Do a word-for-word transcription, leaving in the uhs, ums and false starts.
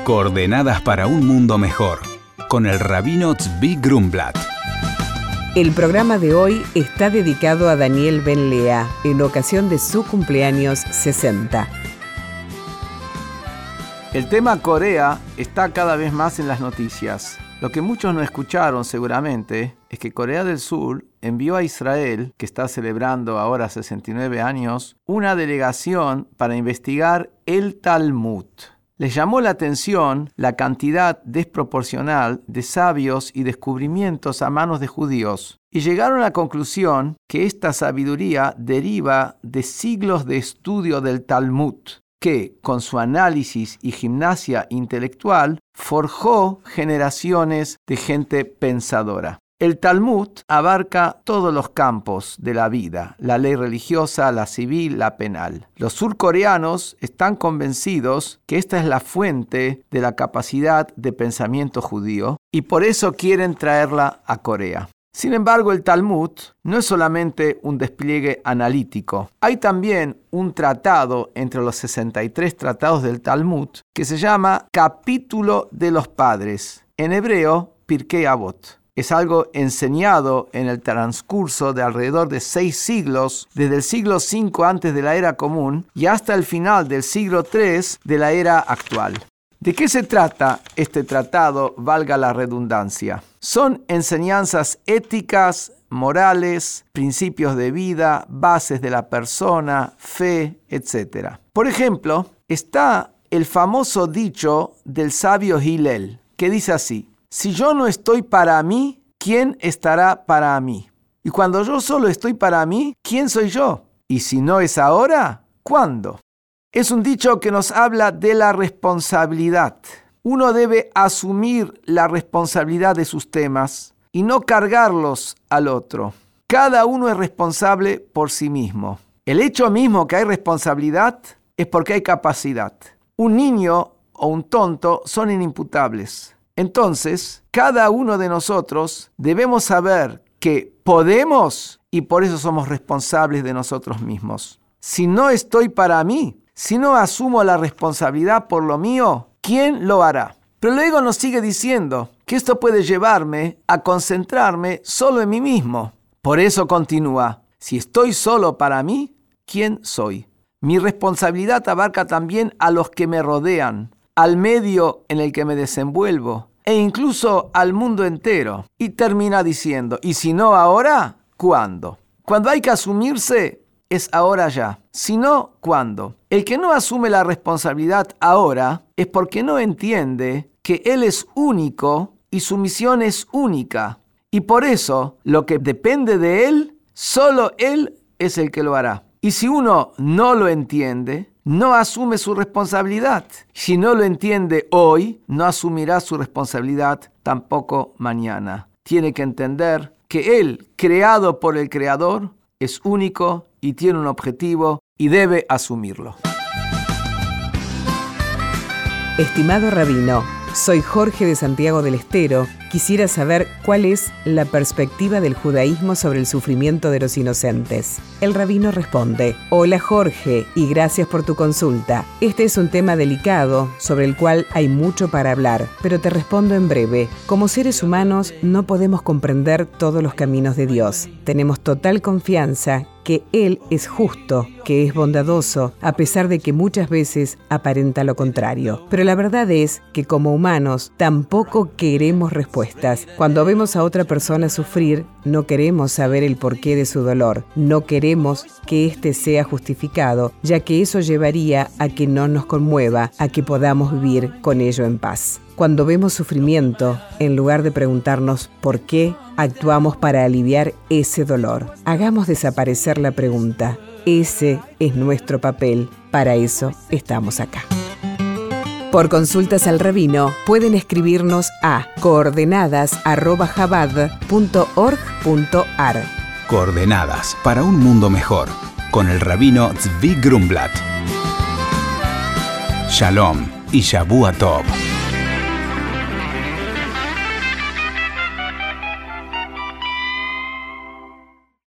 Coordenadas para un mundo mejor, con el rabino Tzvi Grumblat. El programa de hoy está dedicado a Daniel Ben Lea, en ocasión de su cumpleaños sesenta. El tema Corea está cada vez más en las noticias. Lo que muchos no escucharon seguramente es que Corea del Sur envió a Israel, que está celebrando ahora sesenta y nueve años, una delegación para investigar el Talmud. Les llamó la atención la cantidad desproporcional de sabios y descubrimientos a manos de judíos, y llegaron a la conclusión que esta sabiduría deriva de siglos de estudio del Talmud, que, con su análisis y gimnasia intelectual, forjó generaciones de gente pensadora. El Talmud abarca todos los campos de la vida, la ley religiosa, la civil, la penal. Los surcoreanos están convencidos que esta es la fuente de la capacidad de pensamiento judío y por eso quieren traerla a Corea. Sin embargo, el Talmud no es solamente un despliegue analítico. Hay también un tratado entre los sesenta y tres tratados del Talmud que se llama Capítulo de los Padres, en hebreo Pirkei Avot. Es algo enseñado en el transcurso de alrededor de seis siglos, desde el siglo cinco antes de la era común y hasta el final del siglo tres de la era actual. ¿De qué se trata este tratado, valga la redundancia? Son enseñanzas éticas, morales, principios de vida, bases de la persona, fe, etcétera. Por ejemplo, está el famoso dicho del sabio Hillel, que dice así: si yo no estoy para mí, ¿quién estará para mí? Y cuando yo solo estoy para mí, ¿quién soy yo? Y si no es ahora, ¿cuándo? Es un dicho que nos habla de la responsabilidad. Uno debe asumir la responsabilidad de sus temas y no cargarlos al otro. Cada uno es responsable por sí mismo. El hecho mismo que hay responsabilidad es porque hay capacidad. Un niño o un tonto son inimputables. Entonces, cada uno de nosotros debemos saber que podemos y por eso somos responsables de nosotros mismos. Si no estoy para mí, si no asumo la responsabilidad por lo mío, ¿quién lo hará? Pero luego nos sigue diciendo que esto puede llevarme a concentrarme solo en mí mismo. Por eso continúa: si estoy solo para mí, ¿quién soy? Mi responsabilidad abarca también a los que me rodean, al medio en el que me desenvuelvo e incluso al mundo entero. Y termina diciendo: y si no ahora, ¿cuándo? Cuando hay que asumirse, es ahora ya. Si no, ¿cuándo? El que no asume la responsabilidad ahora es porque no entiende que él es único y su misión es única. Y por eso, lo que depende de él, solo él es el que lo hará. Y si uno no lo entiende, no asume su responsabilidad. Si no lo entiende hoy, no asumirá su responsabilidad tampoco mañana. Tiene que entender que él, creado por el Creador, es único y tiene un objetivo y debe asumirlo. Estimado rabino, soy Jorge de Santiago del Estero. Quisiera saber cuál es la perspectiva del judaísmo sobre el sufrimiento de los inocentes. El rabino responde: hola Jorge, y gracias por tu consulta. Este es un tema delicado sobre el cual hay mucho para hablar, pero te respondo en breve. Como seres humanos no podemos comprender todos los caminos de Dios. Tenemos total confianza que Él es justo, que es bondadoso, a pesar de que muchas veces aparenta lo contrario. Pero la verdad es que como humanos tampoco queremos respuestas. Cuando vemos a otra persona sufrir, no queremos saber el porqué de su dolor. No queremos que éste sea justificado, ya que eso llevaría a que no nos conmueva, a que podamos vivir con ello en paz. Cuando vemos sufrimiento, en lugar de preguntarnos por qué, actuamos para aliviar ese dolor. Hagamos desaparecer la pregunta. Ese es nuestro papel. Para eso estamos acá. Por consultas al rabino, pueden escribirnos a coordenadas arroba jabad punto org punto ar. Coordenadas para un mundo mejor, con el rabino Tzvi Grumblat. Shalom y Shavua Tov.